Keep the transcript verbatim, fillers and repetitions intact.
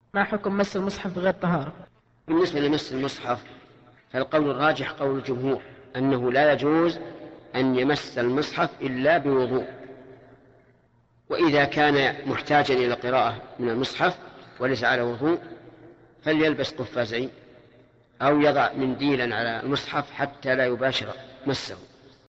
ما حكم مس المصحف بغير طهارة؟ بالنسبة لمس المصحف فالقول الراجح قول الجمهور أنه لا يجوز أن يمس المصحف إلا بوضوء، وإذا كان محتاجا إلى قراءة من المصحف وليس على وضوء فليلبس قفازين أو يضع منديلا على المصحف حتى لا يباشر مسه.